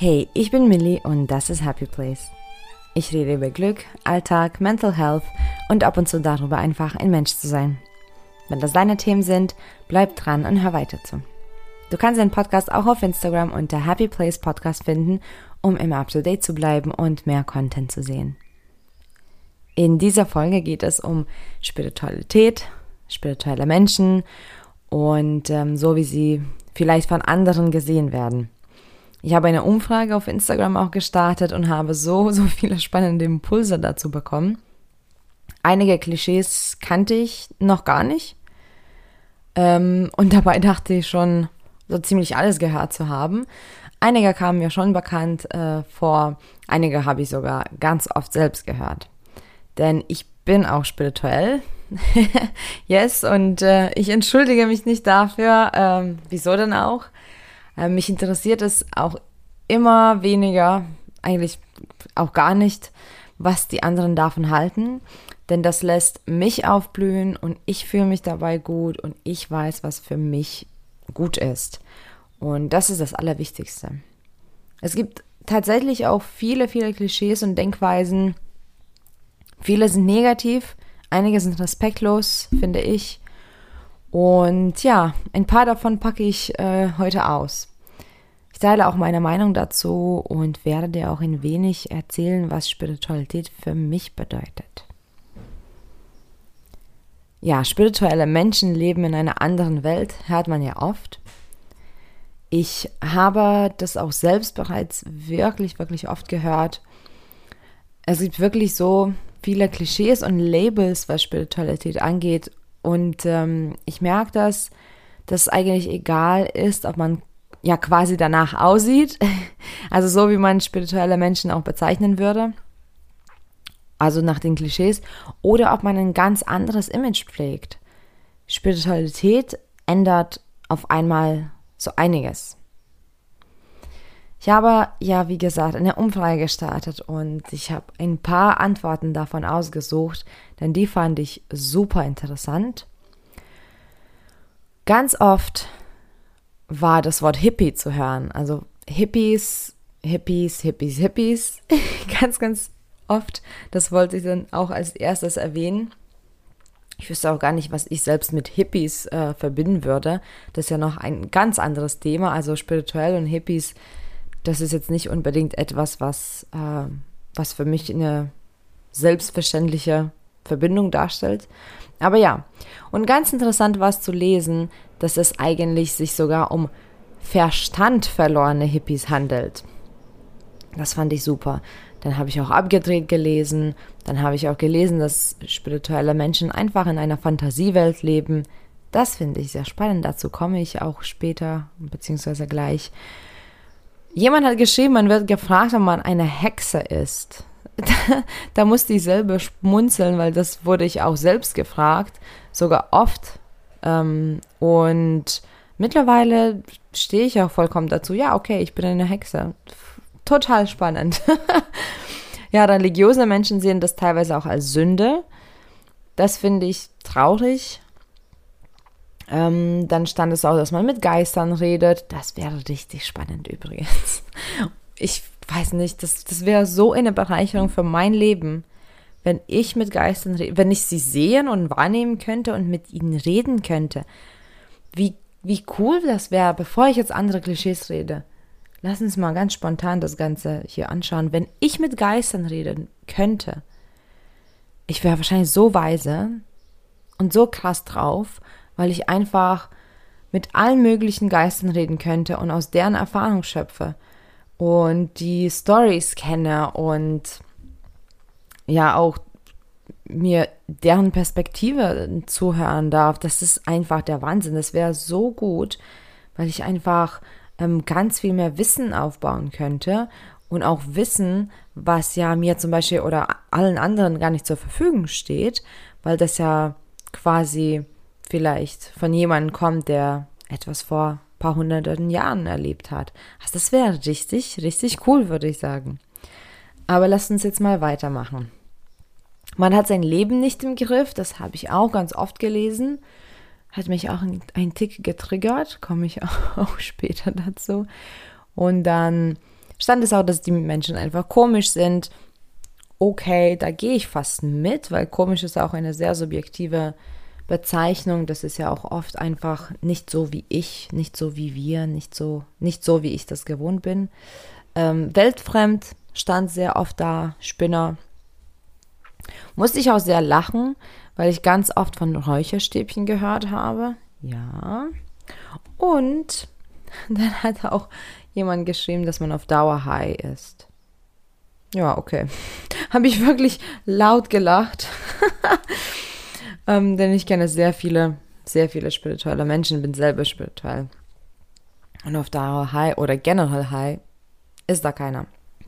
Hey, ich bin Millie und das ist Happy Place. Ich rede über Glück, Alltag, Mental Health und ab und zu darüber, einfach ein Mensch zu sein. Wenn das deine Themen sind, bleib dran und hör weiter zu. Du kannst den Podcast auch auf Instagram unter Happy Place Podcast finden, um immer up to date zu bleiben und mehr Content zu sehen. In dieser Folge geht es um Spiritualität, spirituelle Menschen und so wie sie vielleicht von anderen gesehen werden. Ich habe eine Umfrage auf Instagram auch gestartet und habe so viele spannende Impulse dazu bekommen. Einige Klischees kannte ich noch gar nicht. Und dabei dachte ich schon, so ziemlich alles gehört zu haben. Einige kamen mir schon bekannt vor, einige habe ich sogar ganz oft selbst gehört. Denn ich bin auch spirituell. Yes, und ich entschuldige mich nicht dafür. Wieso denn auch? Mich interessiert es auch immer weniger, eigentlich auch gar nicht, was die anderen davon halten, denn das lässt mich aufblühen und ich fühle mich dabei gut und ich weiß, was für mich gut ist. Und das ist das Allerwichtigste. Es gibt tatsächlich auch viele Klischees und Denkweisen. Viele sind negativ, einige sind respektlos, finde ich. Und ja, ein paar davon packe ich heute aus. Ich teile auch meine Meinung dazu und werde dir auch ein wenig erzählen, was Spiritualität für mich bedeutet. Ja, spirituelle Menschen leben in einer anderen Welt, hört man ja oft. Ich habe das auch selbst bereits wirklich oft gehört. Es gibt wirklich so viele Klischees und Labels, was Spiritualität angeht. Und ich merke, dass das eigentlich egal ist, ob man ja quasi danach aussieht, also so wie man spirituelle Menschen auch bezeichnen würde, also nach den Klischees, oder ob man ein ganz anderes Image pflegt. Spiritualität ändert auf einmal so einiges. Ich habe ja, wie gesagt, eine Umfrage gestartet und ich habe ein paar Antworten davon ausgesucht, denn die fand ich super interessant. Ganz oft war das Wort Hippie zu hören, also Hippies, ganz oft, das wollte ich dann auch als erstes erwähnen. Ich wüsste auch gar nicht, was ich selbst mit Hippies verbinden würde, das ist ja noch ein ganz anderes Thema, also spirituell und Hippies, das ist jetzt nicht unbedingt etwas, was für mich eine selbstverständliche Verbindung darstellt. Aber ja, und ganz interessant war es zu lesen, dass es eigentlich sich sogar um Verstand verlorene Hippies handelt. Das fand ich super. Dann habe ich auch abgedreht gelesen. Dann habe ich auch gelesen, dass spirituelle Menschen einfach in einer Fantasiewelt leben. Das finde ich sehr spannend. Dazu komme ich auch später, beziehungsweise gleich. Jemand hat geschrieben, man wird gefragt, ob man eine Hexe ist. Da musste ich selber schmunzeln, weil das wurde ich auch selbst gefragt, sogar oft. Und mittlerweile stehe ich auch vollkommen dazu, ja, okay, ich bin eine Hexe. Total spannend. Ja, religiöse Menschen sehen das teilweise auch als Sünde. Das finde ich traurig. Dann stand es auch, dass man mit Geistern redet. Das wäre richtig spannend übrigens. Ich weiß nicht, das wäre so eine Bereicherung für mein Leben, wenn ich mit Geistern rede, wenn ich sie sehen und wahrnehmen könnte und mit ihnen reden könnte. Wie cool das wäre, bevor ich jetzt andere Klischees rede. Lass uns mal ganz spontan das Ganze hier anschauen. Wenn ich mit Geistern reden könnte, ich wäre wahrscheinlich so weise und so krass drauf, weil ich einfach mit allen möglichen Geistern reden könnte und aus deren Erfahrung schöpfe und die Stories kenne und ja auch mir deren Perspektive zuhören darf. Das ist einfach der Wahnsinn. Das wäre so gut, weil ich einfach ganz viel mehr Wissen aufbauen könnte und auch Wissen, was ja mir zum Beispiel oder allen anderen gar nicht zur Verfügung steht, weil das ja quasi vielleicht von jemandem kommt, der etwas vor ein paar hunderten Jahren erlebt hat. Also das wäre richtig cool, würde ich sagen. Aber lasst uns jetzt mal weitermachen. Man hat sein Leben nicht im Griff, das habe ich auch ganz oft gelesen. Hat mich auch ein Tick getriggert, komme ich auch später dazu. Und dann Stand ist auch, dass die Menschen einfach komisch sind. Okay, da gehe ich fast mit, weil komisch ist auch eine sehr subjektive Bezeichnung. Das ist ja auch oft einfach nicht so wie ich, nicht so wie wir, nicht so wie ich das gewohnt bin. Weltfremd stand sehr oft da, Spinner. Musste ich auch sehr lachen, weil ich ganz oft von Räucherstäbchen gehört habe. Ja. Und dann hat auch jemand geschrieben, dass man auf Dauer high ist. Ja, okay. Habe ich wirklich laut gelacht. Denn ich kenne sehr viele spirituelle Menschen, bin selber spirituell. Und auf Dauer high oder generell high ist da keiner.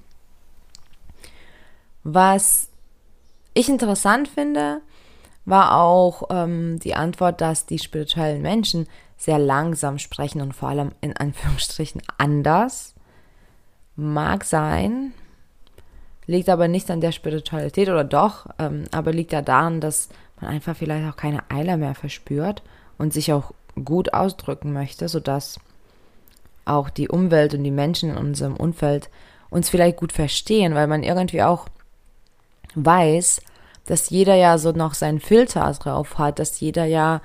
Was ich interessant finde, war auch die Antwort, dass die spirituellen Menschen sehr langsam sprechen und vor allem in Anführungsstrichen anders. Mag sein, liegt aber nicht an der Spiritualität oder doch, aber liegt ja daran, dass man einfach vielleicht auch keine Eile mehr verspürt und sich auch gut ausdrücken möchte, sodass auch die Umwelt und die Menschen in unserem Umfeld uns vielleicht gut verstehen, weil man irgendwie auch weiß, dass jeder ja so noch seinen Filter drauf hat, dass jeder ja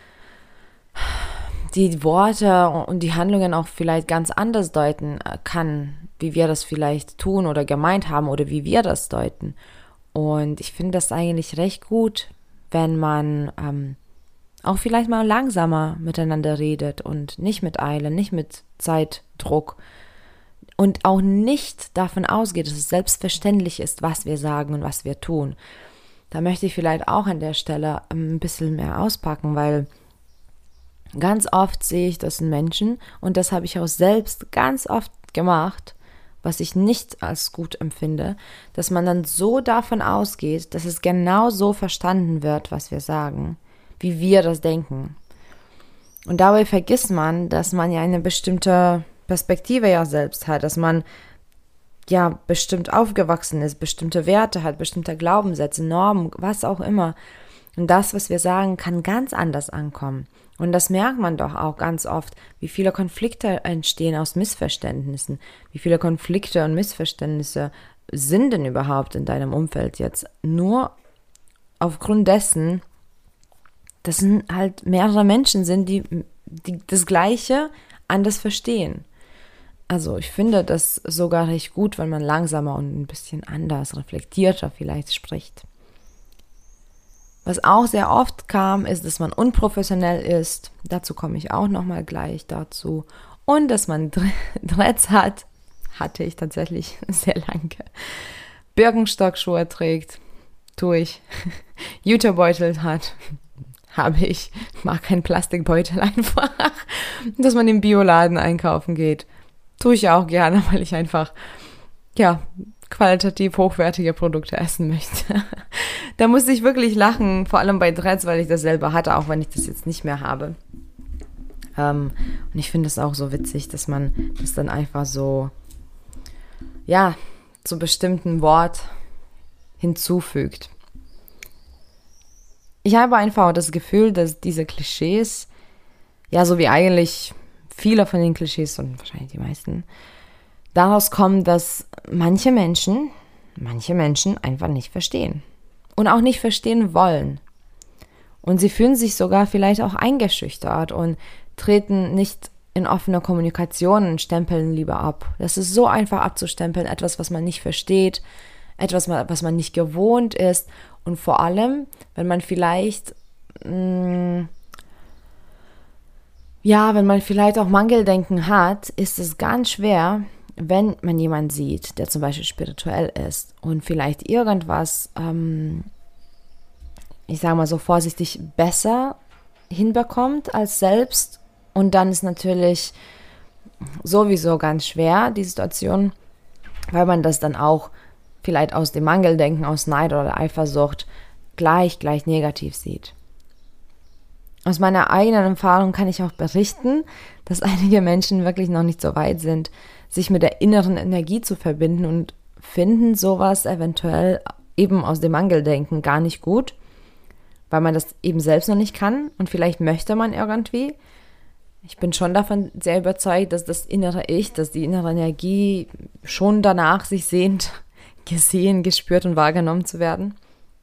die Worte und die Handlungen auch vielleicht ganz anders deuten kann, wie wir das vielleicht tun oder gemeint haben oder wie wir das deuten. Und ich finde das eigentlich recht gut, wenn man auch vielleicht mal langsamer miteinander redet und nicht mit Eile, nicht mit Zeitdruck und auch nicht davon ausgeht, dass es selbstverständlich ist, was wir sagen und was wir tun. Da möchte ich vielleicht auch an der Stelle ein bisschen mehr auspacken, weil ganz oft sehe ich das in Menschen und das habe ich auch selbst ganz oft gemacht, was ich nicht als gut empfinde, dass man dann so davon ausgeht, dass es genau so verstanden wird, was wir sagen, wie wir das denken. Und dabei vergisst man, dass man ja eine bestimmte Perspektive ja selbst hat, dass man ja bestimmt aufgewachsen ist, bestimmte Werte hat, bestimmte Glaubenssätze, Normen, was auch immer. Und das, was wir sagen, kann ganz anders ankommen. Und das merkt man doch auch ganz oft, wie viele Konflikte entstehen aus Missverständnissen. Wie viele Konflikte und Missverständnisse sind denn überhaupt in deinem Umfeld jetzt? Nur aufgrund dessen, dass es halt mehrere Menschen sind, die das Gleiche anders verstehen. Also ich finde das sogar recht gut, wenn man langsamer und ein bisschen anders, reflektierter vielleicht spricht. Was auch sehr oft kam, ist, dass man unprofessionell ist. Dazu komme ich auch nochmal gleich dazu. Und dass man Dreads hat, hatte ich tatsächlich sehr lange. Birkenstock-Schuhe trägt, tue ich. Jutebeutel hat, habe ich. Mag keinen Plastikbeutel einfach. Dass man im Bioladen einkaufen geht, tue ich auch gerne, weil ich einfach, ja, qualitativ hochwertige Produkte essen möchte. Da musste ich wirklich lachen, vor allem bei Dreads, weil ich das selber hatte, auch wenn ich das jetzt nicht mehr habe. Und ich finde es auch so witzig, dass man das dann einfach so, ja, zu bestimmten Wort hinzufügt. Ich habe einfach das Gefühl, dass diese Klischees, ja, so wie eigentlich viele von den Klischees und wahrscheinlich die meisten, daraus kommen, dass manche Menschen einfach nicht verstehen und auch nicht verstehen wollen. Und sie fühlen sich sogar vielleicht auch eingeschüchtert und treten nicht in offene Kommunikation und stempeln lieber ab. Das ist so einfach abzustempeln, etwas, was man nicht versteht, etwas, was man nicht gewohnt ist. Und vor allem, wenn man vielleicht, wenn man vielleicht auch Mangeldenken hat, ist es ganz schwer, wenn man jemanden sieht, der zum Beispiel spirituell ist und vielleicht irgendwas, ich sage mal so vorsichtig, besser hinbekommt als selbst. Und dann ist natürlich sowieso ganz schwer, die Situation, weil man das dann auch vielleicht aus dem Mangeldenken, aus Neid oder Eifersucht gleich negativ sieht. Aus meiner eigenen Erfahrung kann ich auch berichten, dass einige Menschen wirklich noch nicht so weit sind, sich mit der inneren Energie zu verbinden und finden sowas eventuell eben aus dem Mangeldenken gar nicht gut, weil man das eben selbst noch nicht kann und vielleicht möchte man irgendwie, Ich bin schon davon sehr überzeugt, dass das innere Ich, dass die innere Energie schon danach sich sehnt, gesehen, gespürt und wahrgenommen zu werden.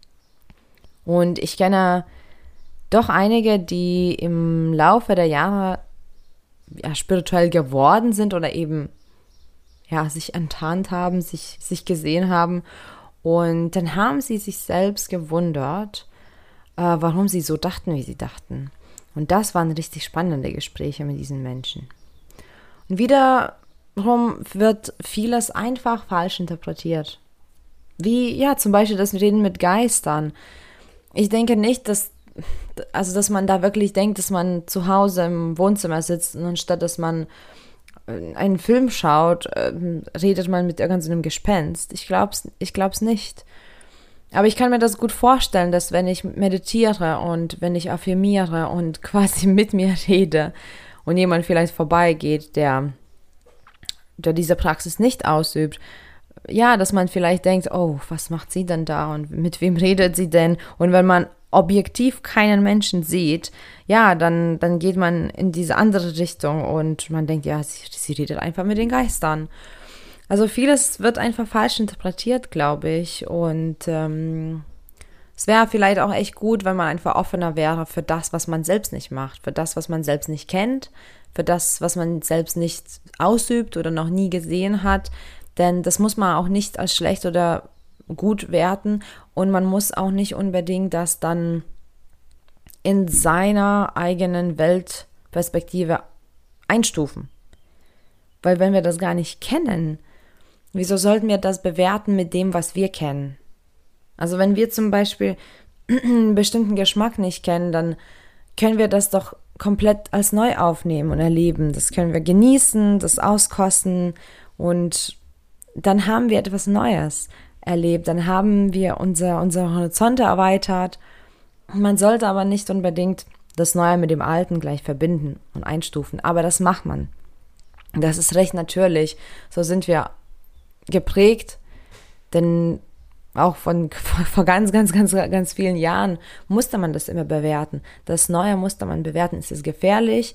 Und ich kenne doch einige, die im Laufe der Jahre spirituell geworden sind oder eben sich enttarnt haben, sich gesehen haben. Und dann haben sie sich selbst gewundert, warum sie so dachten, wie sie dachten. Und das waren richtig spannende Gespräche mit diesen Menschen. Und wiederum wird vieles einfach falsch interpretiert. Wie, zum Beispiel das Reden mit Geistern. Ich denke nicht, dass man da wirklich denkt, dass man zu Hause im Wohnzimmer sitzt und anstatt, dass man einen Film schaut, redet man mit irgendeinem Gespenst. Ich glaub's nicht. Aber ich kann mir das gut vorstellen, dass wenn ich meditiere und wenn ich affirmiere und quasi mit mir rede und jemand vielleicht vorbeigeht, der diese Praxis nicht ausübt, dass man vielleicht denkt, oh, was macht sie denn da und mit wem redet sie denn? Und wenn man objektiv keinen Menschen sieht, dann geht man in diese andere Richtung und man denkt, sie redet einfach mit den Geistern. Also vieles wird einfach falsch interpretiert, glaube ich. Und es wäre vielleicht auch echt gut, wenn man einfach offener wäre für das, was man selbst nicht macht, für das, was man selbst nicht kennt, für das, was man selbst nicht ausübt oder noch nie gesehen hat. Denn das muss man auch nicht als schlecht oder gut werten und man muss auch nicht unbedingt das dann in seiner eigenen Weltperspektive einstufen. Weil wenn wir das gar nicht kennen, wieso sollten wir das bewerten mit dem, was wir kennen? Also wenn wir zum Beispiel einen bestimmten Geschmack nicht kennen, dann können wir das doch komplett als neu aufnehmen und erleben. Das können wir genießen, das auskosten und dann haben wir etwas Neues erlebt, dann haben wir unsere Horizonte erweitert. Man sollte aber nicht unbedingt das Neue mit dem Alten gleich verbinden und einstufen, aber das macht man. Das ist recht natürlich, so sind wir geprägt, denn auch vor ganz vielen Jahren musste man das immer bewerten. Das Neue musste man bewerten, ist es gefährlich,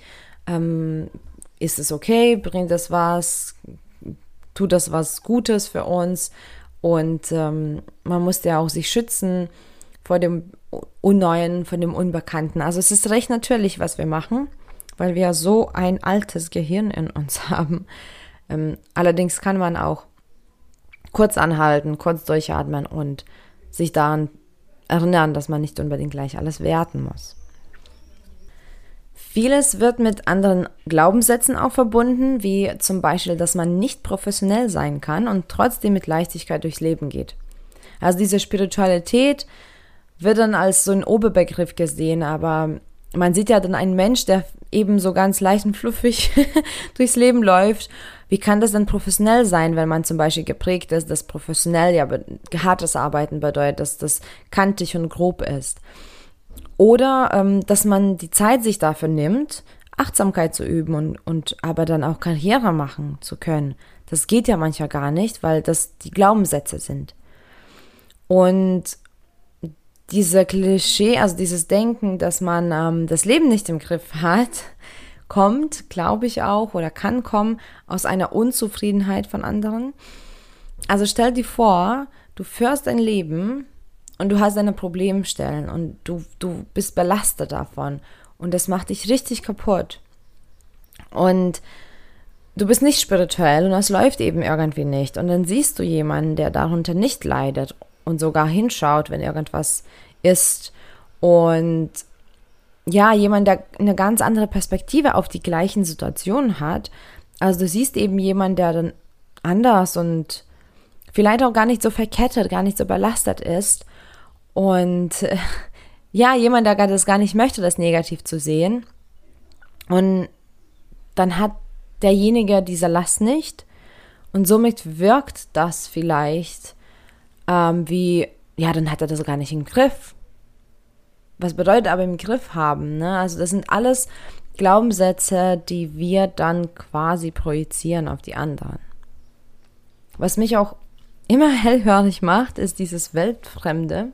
ist es okay, bringt das was, tut das was Gutes für uns und man musste ja auch sich schützen vor dem Unneuen, von dem Unbekannten. Also es ist recht natürlich, was wir machen, weil wir so ein altes Gehirn in uns haben. Allerdings kann man auch kurz anhalten, kurz durchatmen und sich daran erinnern, dass man nicht unbedingt gleich alles werten muss. Vieles wird mit anderen Glaubenssätzen auch verbunden, wie zum Beispiel, dass man nicht professionell sein kann und trotzdem mit Leichtigkeit durchs Leben geht. Also diese Spiritualität wird dann als so ein Oberbegriff gesehen, aber man sieht ja dann einen Mensch, der eben so ganz leicht und fluffig durchs Leben läuft. Wie kann das denn professionell sein, wenn man zum Beispiel geprägt ist, dass professionell hartes Arbeiten bedeutet, dass das kantig und grob ist? Oder dass man die Zeit sich dafür nimmt, Achtsamkeit zu üben und aber dann auch Karriere machen zu können. Das geht ja manchmal gar nicht, weil das die Glaubenssätze sind. Und diese Klischee, also dieses Denken, dass man das Leben nicht im Griff hat, kommt, glaube ich auch, oder kann kommen aus einer Unzufriedenheit von anderen. Also stell dir vor, du führst ein Leben und du hast deine Problemstellen und du bist belastet davon und das macht dich richtig kaputt. Und du bist nicht spirituell und das läuft eben irgendwie nicht. Und dann siehst du jemanden, der darunter nicht leidet und sogar hinschaut, wenn irgendwas ist. Und jemand, der eine ganz andere Perspektive auf die gleichen Situationen hat. Also du siehst eben jemanden, der dann anders und vielleicht auch gar nicht so verkettet, gar nicht so belastet ist. Und jemand, der das gar nicht möchte, das negativ zu sehen. Und dann hat derjenige diese Last nicht. Und somit wirkt das vielleicht dann hat er das gar nicht im Griff. Was bedeutet aber im Griff haben? Ne? Also das sind alles Glaubenssätze, die wir dann quasi projizieren auf die anderen. Was mich auch immer hellhörig macht, ist dieses Weltfremde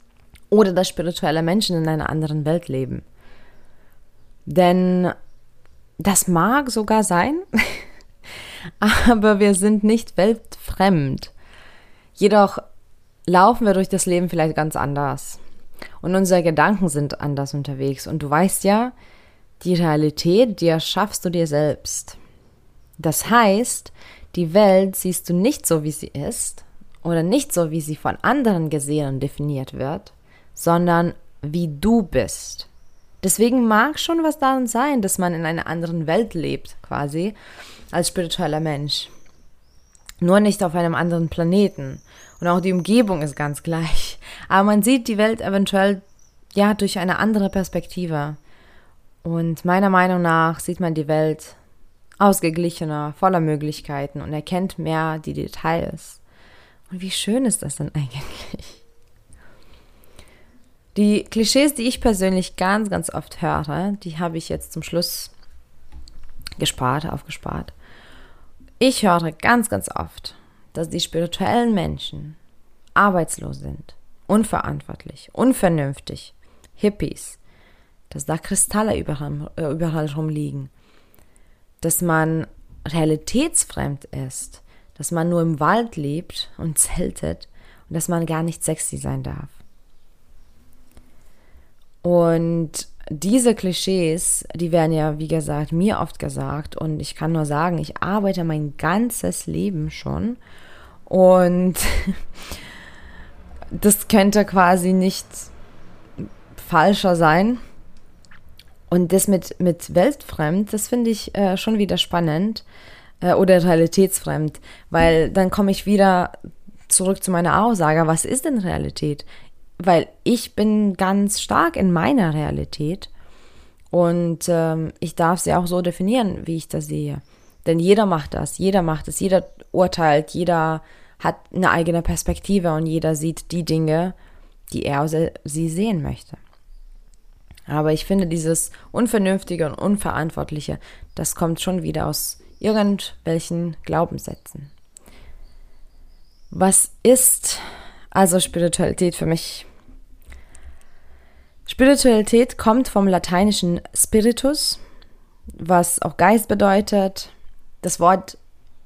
oder dass spirituelle Menschen in einer anderen Welt leben. Denn Das mag sogar sein, aber wir sind nicht weltfremd. Jedoch laufen wir durch das Leben vielleicht ganz anders. Und unsere Gedanken sind anders unterwegs. Und du weißt ja, die Realität, die erschaffst du dir selbst. Das heißt, die Welt siehst du nicht so, wie sie ist oder nicht so, wie sie von anderen gesehen und definiert wird, sondern wie du bist. Deswegen mag schon was daran sein, dass man in einer anderen Welt lebt, quasi, als spiritueller Mensch. Nur nicht auf einem anderen Planeten. Und auch die Umgebung ist ganz gleich. Aber man sieht die Welt eventuell ja durch eine andere Perspektive. Und meiner Meinung nach sieht man die Welt ausgeglichener, voller Möglichkeiten und erkennt mehr die Details. Und wie schön ist das denn eigentlich? Die Klischees, die ich persönlich ganz, ganz oft höre, die habe ich jetzt zum Schluss aufgespart. Ich höre ganz, ganz oft, dass die spirituellen Menschen arbeitslos sind, unverantwortlich, unvernünftig, Hippies, dass da Kristalle überall rumliegen, dass man realitätsfremd ist, dass man nur im Wald lebt und zeltet und dass man gar nicht sexy sein darf. Und diese Klischees, die werden ja, wie gesagt, mir oft gesagt und ich kann nur sagen, ich arbeite mein ganzes Leben schon und das könnte quasi nicht falscher sein. Und das mit weltfremd, das finde ich schon wieder spannend oder realitätsfremd, weil dann komme ich wieder zurück zu meiner Aussage, was ist denn Realität? Weil ich bin ganz stark in meiner Realität und ich darf sie auch so definieren, wie ich das sehe. Denn jeder macht es, jeder urteilt, jeder hat eine eigene Perspektive und jeder sieht die Dinge, die er oder sie sehen möchte. Aber ich finde, dieses Unvernünftige und Unverantwortliche, das kommt schon wieder aus irgendwelchen Glaubenssätzen. Was ist also Spiritualität für mich? Spiritualität kommt vom lateinischen Spiritus, was auch Geist bedeutet. Das Wort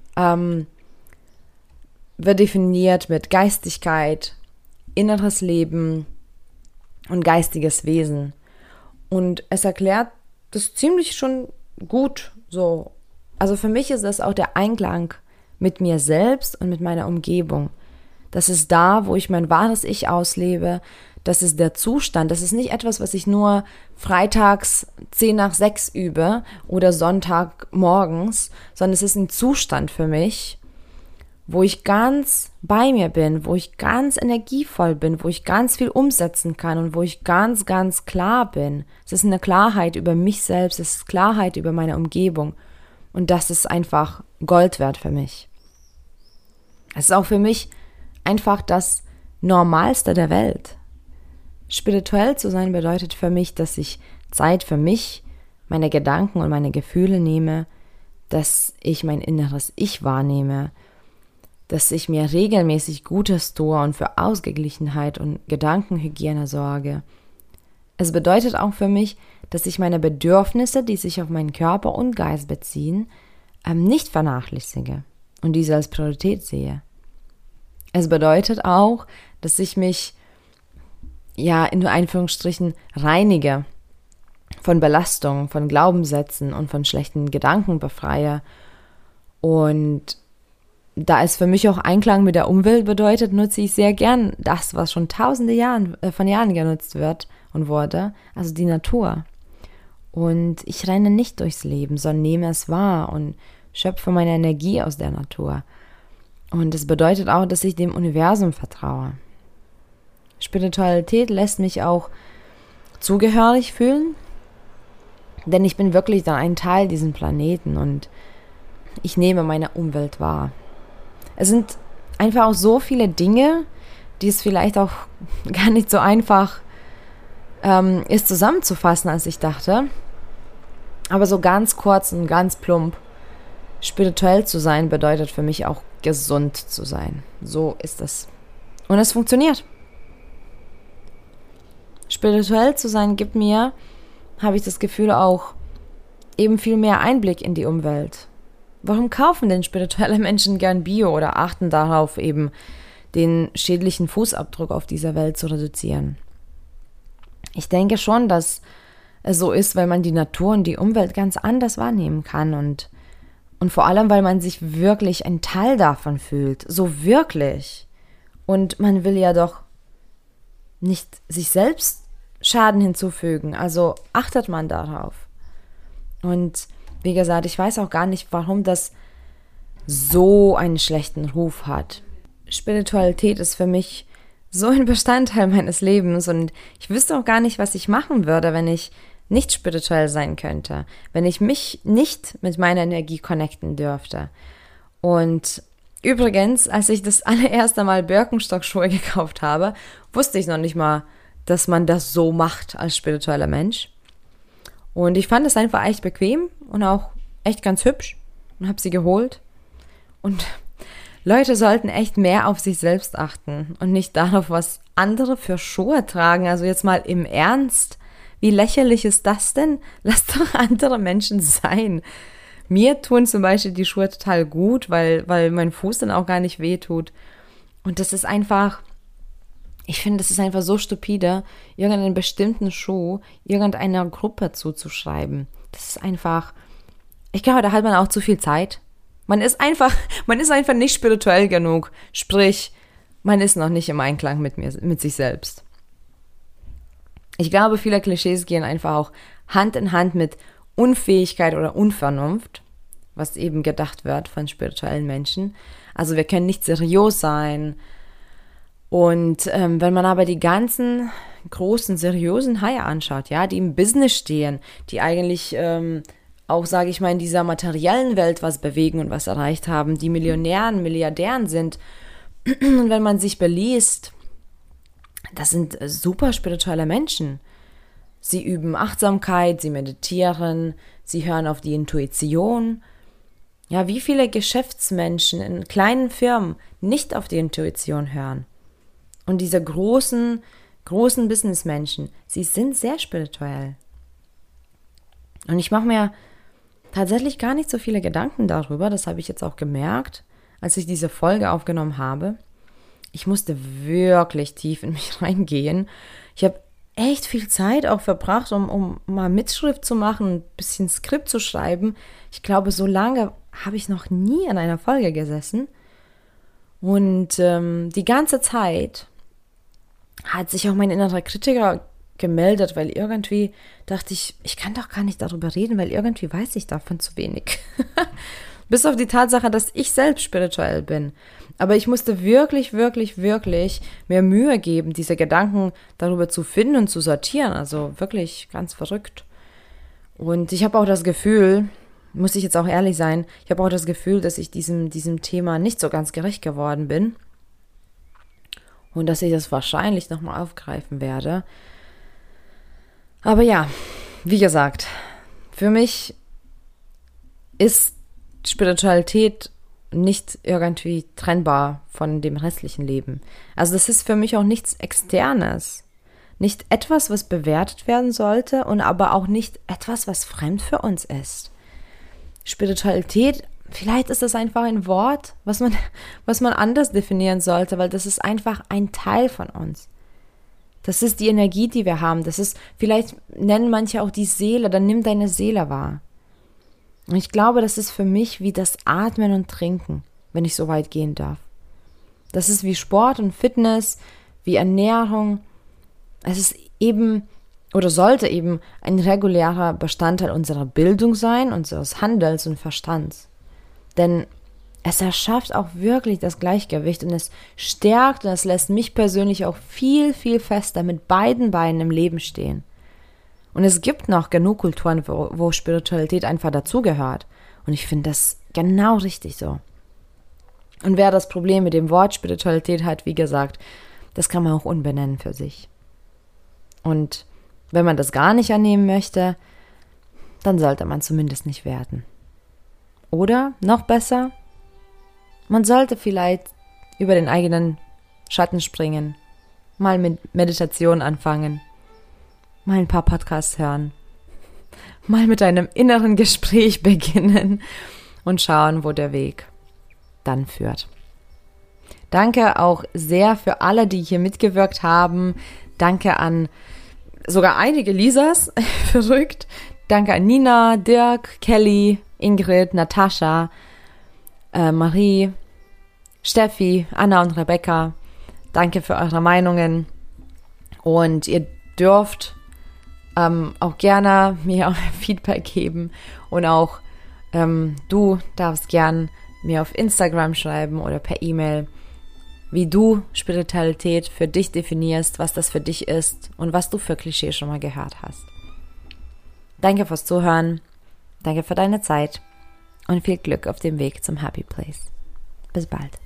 wird definiert mit Geistigkeit, inneres Leben und geistiges Wesen. Und es erklärt das ziemlich schon gut so. Also für mich ist das auch der Einklang mit mir selbst und mit meiner Umgebung. Das ist da, wo ich mein wahres Ich auslebe. Das ist der Zustand. Das ist nicht etwas, was ich nur freitags 5:50 übe oder Sonntag morgens, sondern es ist ein Zustand für mich, wo ich ganz bei mir bin, wo ich ganz energievoll bin, wo ich ganz viel umsetzen kann und wo ich ganz, ganz klar bin. Es ist eine Klarheit über mich selbst, es ist Klarheit über meine Umgebung und das ist einfach Gold wert für mich. Es ist auch für mich einfach das Normalste der Welt. Spirituell zu sein bedeutet für mich, dass ich Zeit für mich, meine Gedanken und meine Gefühle nehme, dass ich mein inneres Ich wahrnehme, dass ich mir regelmäßig Gutes tue und für Ausgeglichenheit und Gedankenhygiene sorge. Es bedeutet auch für mich, dass ich meine Bedürfnisse, die sich auf meinen Körper und Geist beziehen, nicht vernachlässige und diese als Priorität sehe. Es bedeutet auch, dass ich mich, ja, in Anführungsstrichen reinige von Belastungen, von Glaubenssätzen und von schlechten Gedanken befreie. Und da es für mich auch Einklang mit der Umwelt bedeutet, nutze ich sehr gern das, was schon tausende von Jahren genutzt wird und wurde, also die Natur. Und ich renne nicht durchs Leben, sondern nehme es wahr und schöpfe meine Energie aus der Natur. Und es bedeutet auch, dass ich dem Universum vertraue. Spiritualität lässt mich auch zugehörig fühlen, denn ich bin wirklich dann ein Teil dieses Planeten und ich nehme meine Umwelt wahr. Es sind einfach auch so viele Dinge, die es vielleicht auch gar nicht so einfach ist zusammenzufassen, als ich dachte. Aber so ganz kurz und ganz plump, spirituell zu sein bedeutet für mich auch gesund zu sein. So ist es. Und es funktioniert. Spirituell zu sein gibt mir, habe ich das Gefühl, auch eben viel mehr Einblick in die Umwelt? Warum kaufen denn spirituelle Menschen gern Bio oder achten darauf, eben den schädlichen Fußabdruck auf dieser Welt zu reduzieren? Ich denke schon, dass es so ist, weil man die Natur und die Umwelt ganz anders wahrnehmen kann und vor allem, weil man sich wirklich ein Teil davon fühlt, so wirklich. Und man will ja doch nicht sich selbst Schaden hinzufügen, also achtet man darauf. Und wie gesagt, ich weiß auch gar nicht, warum das so einen schlechten Ruf hat. Spiritualität ist für mich so ein Bestandteil meines Lebens und ich wüsste auch gar nicht, was ich machen würde, wenn ich nicht spirituell sein könnte, wenn ich mich nicht mit meiner Energie connecten dürfte. Und übrigens, als ich das allererste Mal Birkenstock-Schuhe gekauft habe, wusste ich noch nicht mal, dass man das so macht als spiritueller Mensch. Und ich fand es einfach echt bequem und auch echt ganz hübsch und habe sie geholt. Und Leute sollten echt mehr auf sich selbst achten und nicht darauf, was andere für Schuhe tragen. Also jetzt mal im Ernst. Wie lächerlich ist das denn? Lasst doch andere Menschen sein. Mir tun zum Beispiel die Schuhe total gut, weil mein Fuß dann auch gar nicht wehtut. Und das ist einfach, ich finde, das ist einfach so stupide, irgendeinen bestimmten Schuh irgendeiner Gruppe zuzuschreiben. Das ist einfach, ich glaube, da hat man auch zu viel Zeit. Man ist einfach nicht spirituell genug. Sprich, man ist noch nicht im Einklang mit sich selbst. Ich glaube, viele Klischees gehen einfach auch Hand in Hand mit Unfähigkeit oder Unvernunft, was eben gedacht wird von spirituellen Menschen. Also wir können nicht seriös sein. Und wenn man aber die ganzen großen, seriösen Haie anschaut, ja, die im Business stehen, die eigentlich auch, sage ich mal, in dieser materiellen Welt was bewegen und was erreicht haben, die Millionären, Milliardären sind, und wenn man sich beliest, das sind super spirituelle Menschen. Sie üben Achtsamkeit, sie meditieren, sie hören auf die Intuition. Ja, wie viele Geschäftsmenschen in kleinen Firmen nicht auf die Intuition hören? Und diese großen Businessmenschen, sie sind sehr spirituell. Und ich mache mir tatsächlich gar nicht so viele Gedanken darüber, das habe ich jetzt auch gemerkt, als ich diese Folge aufgenommen habe. Ich musste wirklich tief in mich reingehen. Ich habe echt viel Zeit auch verbracht, um mal Mitschrift zu machen, ein bisschen Skript zu schreiben. Ich glaube, so lange habe ich noch nie an einer Folge gesessen. Und die ganze Zeit hat sich auch mein innerer Kritiker gemeldet, weil irgendwie dachte ich, ich kann doch gar nicht darüber reden, weil irgendwie weiß ich davon zu wenig. Bis auf die Tatsache, dass ich selbst spirituell bin. Aber ich musste wirklich mir Mühe geben, diese Gedanken darüber zu finden und zu sortieren. Also wirklich ganz verrückt. Und ich habe auch das Gefühl, muss ich jetzt auch ehrlich sein, ich habe auch das Gefühl, dass ich diesem Thema nicht so ganz gerecht geworden bin. Und dass ich das wahrscheinlich nochmal aufgreifen werde. Aber ja, wie gesagt, für mich ist Spiritualität nicht irgendwie trennbar von dem restlichen Leben. Also das ist für mich auch nichts Externes. Nicht etwas, was bewertet werden sollte und aber auch nicht etwas, was fremd für uns ist. Spiritualität, vielleicht ist das einfach ein Wort, was man anders definieren sollte, weil das ist einfach ein Teil von uns. Das ist die Energie, die wir haben. Das ist, vielleicht nennen manche auch die Seele, dann nimm deine Seele wahr. Und ich glaube, das ist für mich wie das Atmen und Trinken, wenn ich so weit gehen darf. Das ist wie Sport und Fitness, wie Ernährung. Es ist eben oder sollte eben ein regulärer Bestandteil unserer Bildung sein, unseres Handels und Verstands. Denn es erschafft auch wirklich das Gleichgewicht und es stärkt und es lässt mich persönlich auch viel fester mit beiden Beinen im Leben stehen. Und es gibt noch genug Kulturen, wo Spiritualität einfach dazugehört. Und ich finde das genau richtig so. Und wer das Problem mit dem Wort Spiritualität hat, wie gesagt, das kann man auch umbenennen für sich. Und wenn man das gar nicht annehmen möchte, dann sollte man zumindest nicht werten. Oder, noch besser, man sollte vielleicht über den eigenen Schatten springen, mal mit Meditation anfangen, mal ein paar Podcasts hören, mal mit einem inneren Gespräch beginnen und schauen, wo der Weg dann führt. Danke auch sehr für alle, die hier mitgewirkt haben. Danke an sogar einige Lisas, verrückt. Danke an Nina, Dirk, Kelly, Ingrid, Natascha, Marie, Steffi, Anna und Rebecca. Danke für eure Meinungen. Und ihr dürft auch gerne mir euer Feedback geben. Und auch du darfst gern mir auf Instagram schreiben oder per E-Mail, wie du Spiritualität für dich definierst, was das für dich ist und was du für Klischees schon mal gehört hast. Danke fürs Zuhören, danke für deine Zeit und viel Glück auf dem Weg zum Happy Place. Bis bald.